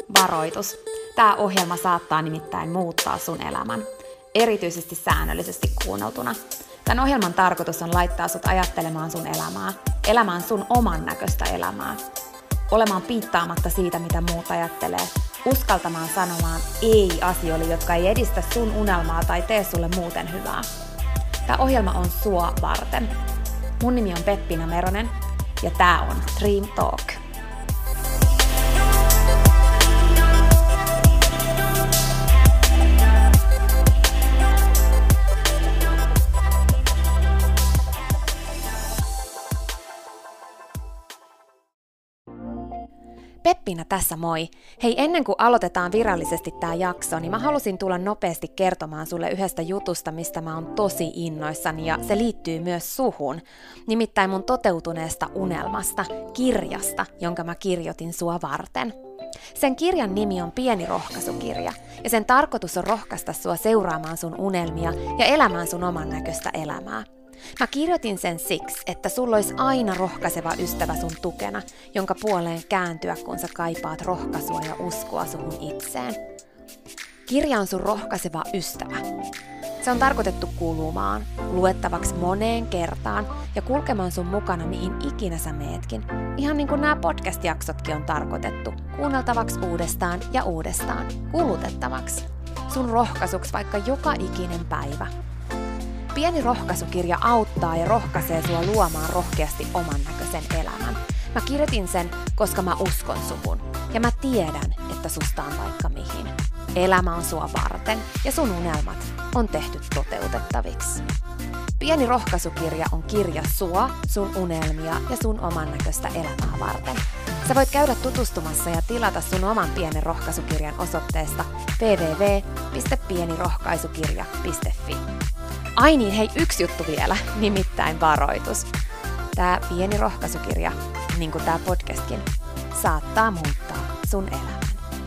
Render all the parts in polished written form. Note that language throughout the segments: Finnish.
Varoitus. Tämä ohjelma saattaa nimittäin muuttaa sun elämän, erityisesti säännöllisesti kuunneltuna. Tämän ohjelman tarkoitus on laittaa sut ajattelemaan sun elämää, elämään sun oman näköistä elämää, olemaan piittaamatta siitä, mitä muut ajattelee, uskaltamaan sanomaan ei asioille, jotka ei edistä sun unelmaa tai tee sulle muuten hyvää. Tämä ohjelma on sua varten. Mun nimi on Peppina Meronen ja tää on Dream Talk. Peppina tässä moi! Hei, ennen kuin aloitetaan virallisesti tää jakso, niin mä halusin tulla nopeasti kertomaan sulle yhdestä jutusta, mistä mä oon tosi innoissani ja se liittyy myös suhun. Nimittäin mun toteutuneesta unelmasta, kirjasta, jonka mä kirjoitin sua varten. Sen kirjan nimi on Pieni rohkaisukirja ja sen tarkoitus on rohkaista sua seuraamaan sun unelmia ja elämään sun oman näköistä elämää. Mä kirjoitin sen siksi, että sulla olisi aina rohkaiseva ystävä sun tukena, jonka puoleen kääntyä, kun sä kaipaat rohkaisua ja uskoa suhun itseen. Kirja on sun rohkaiseva ystävä. Se on tarkoitettu kuulumaan, luettavaksi moneen kertaan ja kulkemaan sun mukana mihin ikinä sä meetkin. Ihan niin kuin nämä podcast-jaksotkin on tarkoitettu, kuunneltavaksi uudestaan ja uudestaan, kulutettavaksi. Sun rohkaisuksi vaikka joka ikinen päivä. Pieni rohkaisukirja auttaa ja rohkaisee sua luomaan rohkeasti oman näköisen elämän. Mä kirjoitin sen, koska mä uskon suhun. Ja mä tiedän, että susta on vaikka mihin. Elämä on sua varten ja sun unelmat on tehty toteutettaviksi. Pieni rohkaisukirja on kirja sua, sun unelmia ja sun oman näköistä elämää varten. Sä voit käydä tutustumassa ja tilata sun oman pienen rohkaisukirjan osoitteesta www.pienirohkaisukirja.fi. Ai niin, hei, yksi juttu vielä, nimittäin varoitus. Tää pieni rohkaisukirja, niin kuin tää podcastkin, saattaa muuttaa sun elämän.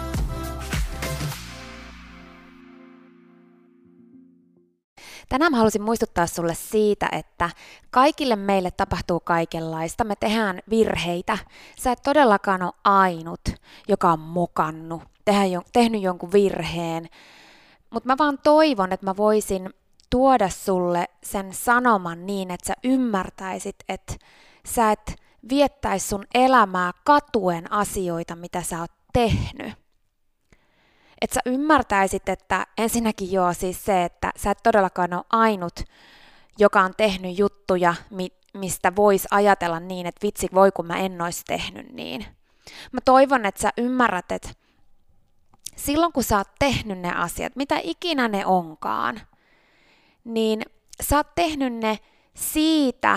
Tänään mä halusin muistuttaa sulle siitä, että kaikille meille tapahtuu kaikenlaista. Me tehdään virheitä. Sä et todellakaan ole ainut, joka on mokannut, tehnyt jonkun virheen. Mutta mä vaan toivon, että mä voisin tuoda sulle sen sanoman niin, että sä ymmärtäisit, että sä et viettäisi sun elämää katuen asioita, mitä sä oot tehnyt. Että sä ymmärtäisit, että ensinnäkin siis se, että sä et todellakaan ole ainut, joka on tehnyt juttuja, mistä vois ajatella niin, että vitsi, voi kun mä en ois tehnyt niin. Mä toivon, että sä ymmärrät, että silloin kun sä oot tehnyt ne asiat, mitä ikinä ne onkaan, niin sä oot tehnyt ne siitä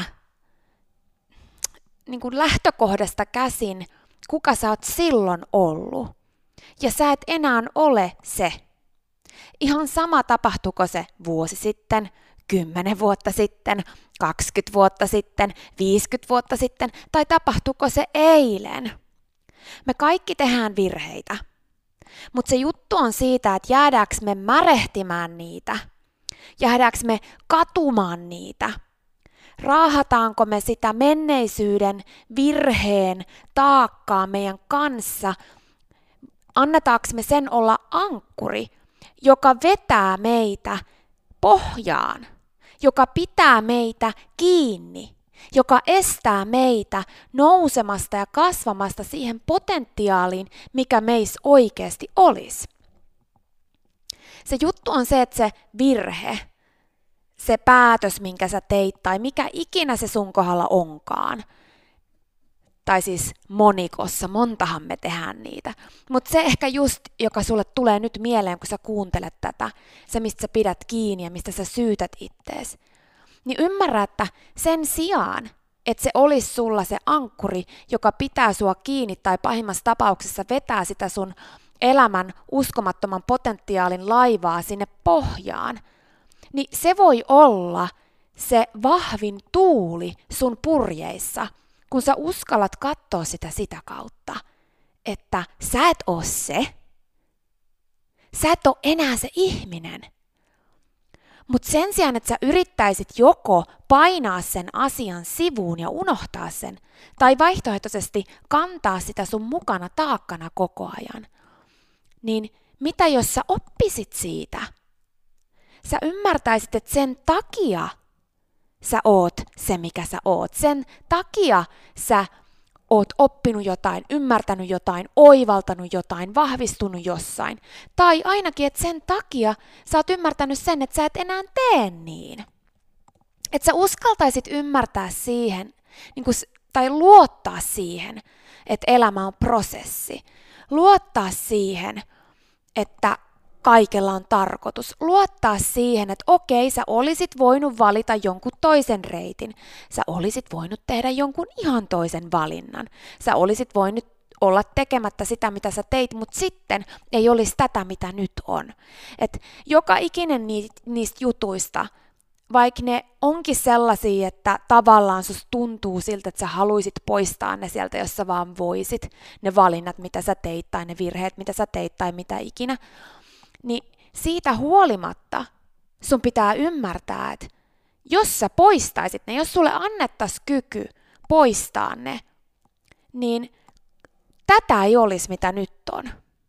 niin kuin lähtökohdasta käsin, kuka sä oot silloin ollut. Ja sä et enää ole se. Ihan sama tapahtuiko se vuosi sitten, 10 vuotta sitten, 20 vuotta sitten, 50 vuotta sitten, tai tapahtuiko se eilen. Me kaikki tehdään virheitä. Mutta se juttu on siitä, että jäädäänkö me märehtimään niitä, jäädäänkö me katumaan niitä, raahataanko me sitä menneisyyden virheen taakkaa meidän kanssa, annetaanko me sen olla ankkuri, joka vetää meitä pohjaan, joka pitää meitä kiinni, joka estää meitä nousemasta ja kasvamasta siihen potentiaaliin, mikä meissä oikeasti olisi. Se juttu on se, että se virhe, se päätös, minkä sä teit tai mikä ikinä se sun kohdalla onkaan, tai siis monikossa, montahan me tehdään niitä, mutta se ehkä just, joka sulle tulee nyt mieleen, kun sä kuuntelet tätä, se mistä sä pidät kiinni ja mistä sä syytät ittees, niin ymmärrä, että sen sijaan, että se olisi sulla se ankkuri, joka pitää sua kiinni tai pahimmassa tapauksessa vetää sitä sun elämän uskomattoman potentiaalin laivaa sinne pohjaan, niin se voi olla se vahvin tuuli sun purjeissa, kun sä uskallat katsoa sitä kautta, että sä et oo se, sä et oo enää se ihminen. Mutta sen sijaan, että sä yrittäisit joko painaa sen asian sivuun ja unohtaa sen, tai vaihtoehtoisesti kantaa sitä sun mukana taakkana koko ajan, niin mitä jos sä oppisit siitä? Sä ymmärtäisit, että sen takia sä oot se, mikä sä oot. Sen takia sä oot oppinut jotain, ymmärtänyt jotain, oivaltanut jotain, vahvistunut jossain. Tai ainakin, että sen takia sä oot ymmärtänyt sen, että sä et enää tee niin. Että sä uskaltaisit ymmärtää siihen, tai luottaa siihen, että elämä on prosessi. Luottaa siihen, että kaikella on tarkoitus. Luottaa siihen, että okei, sä olisit voinut valita jonkun toisen reitin. Sä olisit voinut tehdä jonkun ihan toisen valinnan. Sä olisit voinut olla tekemättä sitä, mitä sä teit, mutta sitten ei olisi tätä, mitä nyt on. Et joka ikinen niistä jutuista, vaikka ne onkin sellaisia, että tavallaan susta tuntuu siltä, että sä haluisit poistaa ne sieltä, jos sä vaan voisit, ne valinnat, mitä sä teit, tai ne virheet, mitä sä teit, tai mitä ikinä, niin siitä huolimatta sun pitää ymmärtää, että jos sä poistaisit ne, jos sulle annettaisiin kyky poistaa ne, niin tätä ei olisi, mitä nyt on.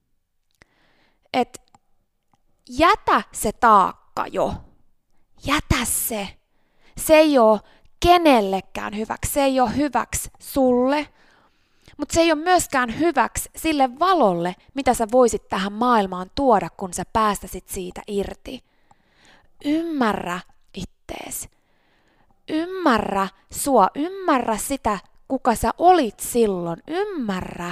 Et jätä se taakka jo. Jätä se. Se ei ole kenellekään hyväksi. Se ei ole hyväksi sulle, mutta se ei ole myöskään hyväksi sille valolle, mitä sä voisit tähän maailmaan tuoda, kun sä päästäisit siitä irti. Ymmärrä ittees. Ymmärrä sua. Ymmärrä sitä, kuka sä olit silloin. Ymmärrä.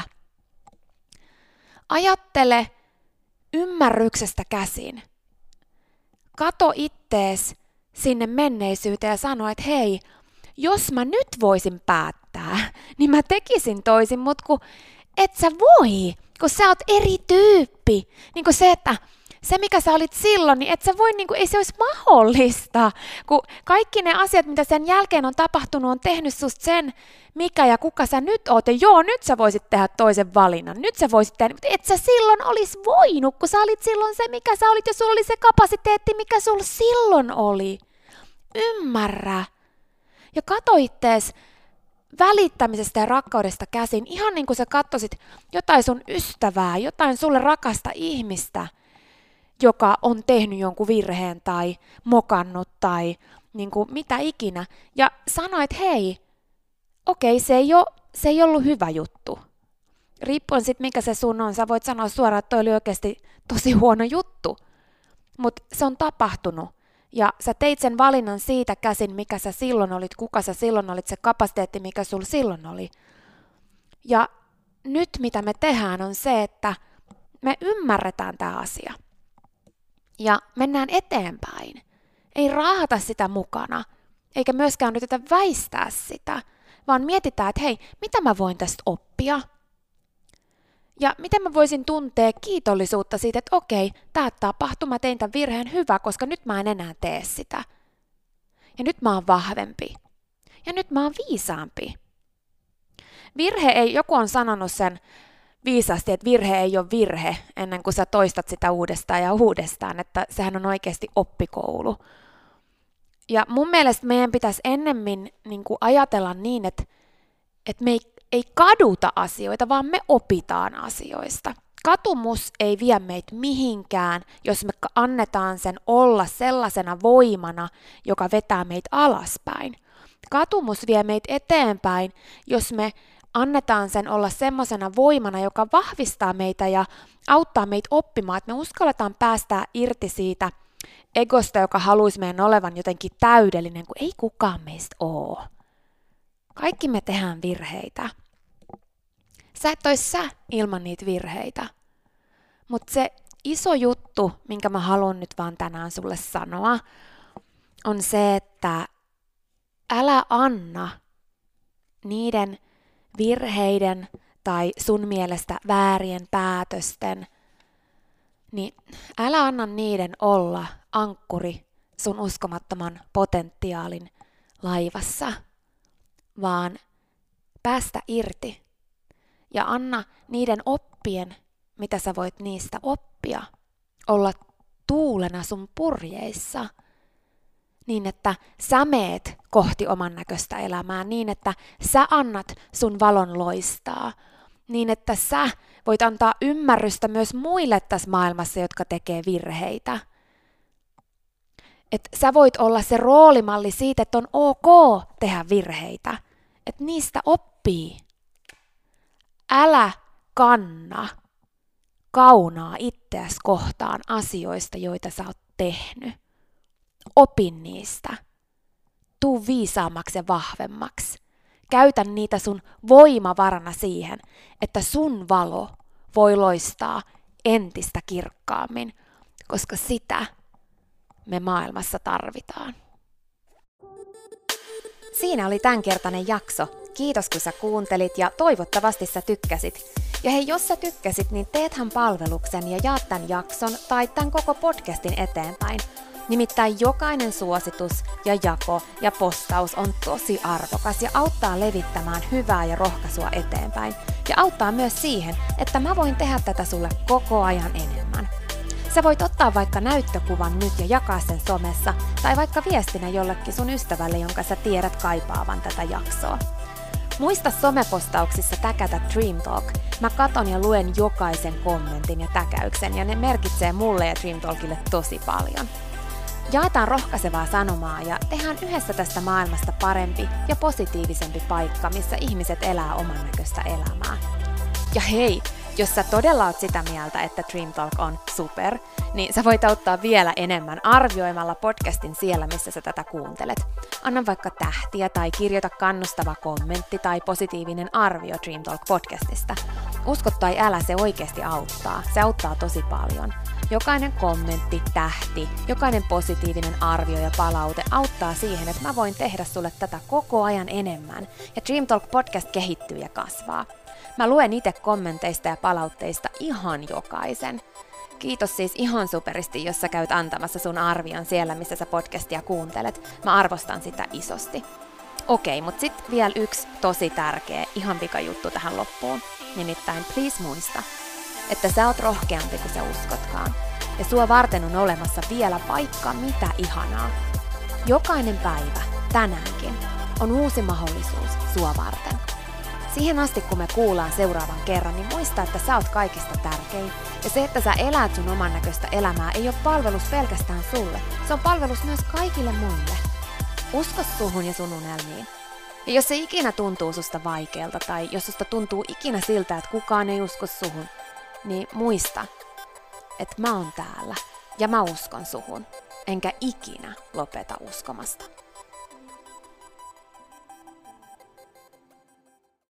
Ajattele ymmärryksestä käsin. Kato ittees sinne menneisyyteen ja sano, että hei, jos mä nyt voisin päättää, niin mä tekisin toisin, mutta kun et sä voi, kun sä oot eri tyyppi. Niin kuin se, että se mikä sä olit silloin, niin et sä voi, niin kuin, ei se olisi mahdollista. Kun kaikki ne asiat, mitä sen jälkeen on tapahtunut, on tehnyt susta sen, mikä ja kuka sä nyt oot. Ja joo, nyt sä voisit tehdä toisen valinnan. Nyt sä voisit tehdä, mutta et sä silloin olisi voinut, kun sä olit silloin se, mikä sä olit, ja sulla oli se kapasiteetti, mikä sulla silloin oli. Ymmärrä. Ja kato ittees välittämisestä ja rakkaudesta käsin, ihan niin kuin sä katsoisit jotain sun ystävää, jotain sulle rakasta ihmistä, joka on tehnyt jonkun virheen tai mokannut tai niin kuin mitä ikinä. Ja sanoit, että hei, okei, se ei ollut hyvä juttu. Riippuen sitten, mikä se sun on, sä voit sanoa suoraan, että toi oli oikeasti tosi huono juttu. Mutta se on tapahtunut. Ja sä teit sen valinnan siitä käsin, mikä sä silloin olit, kuka sä silloin olit, se kapasiteetti, mikä sulla silloin oli. Ja nyt mitä me tehdään on se, että me ymmärretään tämä asia. Ja mennään eteenpäin. Ei raahata sitä mukana, eikä myöskään yritetä väistää sitä, vaan mietitään, että hei, mitä mä voin tästä oppia? Ja miten mä voisin tuntea kiitollisuutta siitä, että okei, tää tapahtui, mä tein tämän virheen, hyvä, koska nyt mä en enää tee sitä. Ja nyt mä oon vahvempi. Ja nyt mä oon viisaampi. Joku on sanonut sen viisaasti, että virhe ei ole virhe ennen kuin sä toistat sitä uudestaan ja uudestaan, että sehän on oikeasti oppikoulu. Ja mun mielestä meidän pitäisi ennemmin niin kuin ajatella niin, että me ei kaduta asioita, vaan me opitaan asioista. Katumus ei vie meitä mihinkään, jos me annetaan sen olla sellaisena voimana, joka vetää meitä alaspäin. Katumus vie meitä eteenpäin, jos me annetaan sen olla semmoisena voimana, joka vahvistaa meitä ja auttaa meitä oppimaan, että me uskalletaan päästää irti siitä egosta, joka haluaisi meidän olevan jotenkin täydellinen, kun ei kukaan meistä ole. Kaikki me tehdään virheitä. Sä et ois sä ilman niitä virheitä. Mutta se iso juttu, minkä mä haluan nyt vaan tänään sulle sanoa, on se, että älä anna niiden virheiden tai sun mielestä väärien päätösten, niin älä anna niiden olla ankkuri sun uskomattoman potentiaalin laivassa, vaan päästä irti ja anna niiden oppien, mitä sä voit niistä oppia, olla tuulena sun purjeissa, niin että sä meet kohti oman näköistä elämää, niin että sä annat sun valon loistaa, niin että sä Voit antaa ymmärrystä myös muille tässä maailmassa, jotka tekee virheitä. Että sä voit olla se roolimalli siitä, että on ok tehdä virheitä. Että niistä oppii. Älä kanna kaunaa itseäsi kohtaan asioista, joita sä oot tehnyt. Opi niistä. Tuu viisaammaksi ja vahvemmaksi. Käytä niitä sun voimavarana siihen, että sun valo voi loistaa entistä kirkkaammin, koska sitä me maailmassa tarvitaan. Siinä oli tämänkertainen jakso. Kiitos kun sä kuuntelit ja toivottavasti sä tykkäsit. Ja hei, jos sä tykkäsit, niin teethän palveluksen ja jaat tämän jakson tai tämän koko podcastin eteenpäin. Nimittäin jokainen suositus ja jako ja postaus on tosi arvokas ja auttaa levittämään hyvää ja rohkaisua eteenpäin. Ja auttaa myös siihen, että mä voin tehdä tätä sulle koko ajan enemmän. Sä voit ottaa vaikka näyttökuvan nyt ja jakaa sen somessa, tai vaikka viestinä jollekin sun ystävälle, jonka sä tiedät kaipaavan tätä jaksoa. Muista somepostauksissa täkätä Dream Talk. Mä katon ja luen jokaisen kommentin ja täkäyksen, ja ne merkitsee mulle ja Dream Talkille tosi paljon. Jaetaan rohkaisevaa sanomaa ja tehdään yhdessä tästä maailmasta parempi ja positiivisempi paikka, missä ihmiset elää oman näköistä elämää. Ja hei, jos sä todella oot sitä mieltä, että Dream Talk on super, niin sä voit auttaa vielä enemmän arvioimalla podcastin siellä, missä sä tätä kuuntelet. Anna vaikka tähtiä tai kirjoita kannustava kommentti tai positiivinen arvio Dream Talk podcastista. Usko tai älä, se oikeasti auttaa. Se auttaa tosi paljon. Jokainen kommentti, tähti, jokainen positiivinen arvio ja palaute auttaa siihen, että mä voin tehdä sulle tätä koko ajan enemmän. Ja Dream Talk podcast kehittyy ja kasvaa. Mä luen itse kommenteista ja palautteista ihan jokaisen. Kiitos siis ihan superisti, jos sä käyt antamassa sun arvion siellä, missä sä podcastia kuuntelet. Mä arvostan sitä isosti. Okei, mut sit vielä yksi tosi tärkeä, ihan pikajuttu tähän loppuun. Nimittäin please muista, että sä oot rohkeampi kuin sä uskotkaan. Ja sua varten on olemassa vielä vaikka mitä ihanaa. Jokainen päivä, tänäänkin, on uusi mahdollisuus sua varten. Siihen asti, kun me kuullaan seuraavan kerran, niin muista, että sä oot kaikista tärkein. Ja se, että sä elät sun oman näköistä elämää, ei ole palvelus pelkästään sulle. Se on palvelus myös kaikille muille. Usko suhun ja sun unelmiin. Ja jos se ikinä tuntuu susta vaikealta, tai jos susta tuntuu ikinä siltä, että kukaan ei usko suhun, niin muista, että mä oon täällä ja mä uskon suhun, enkä ikinä lopeta uskomasta.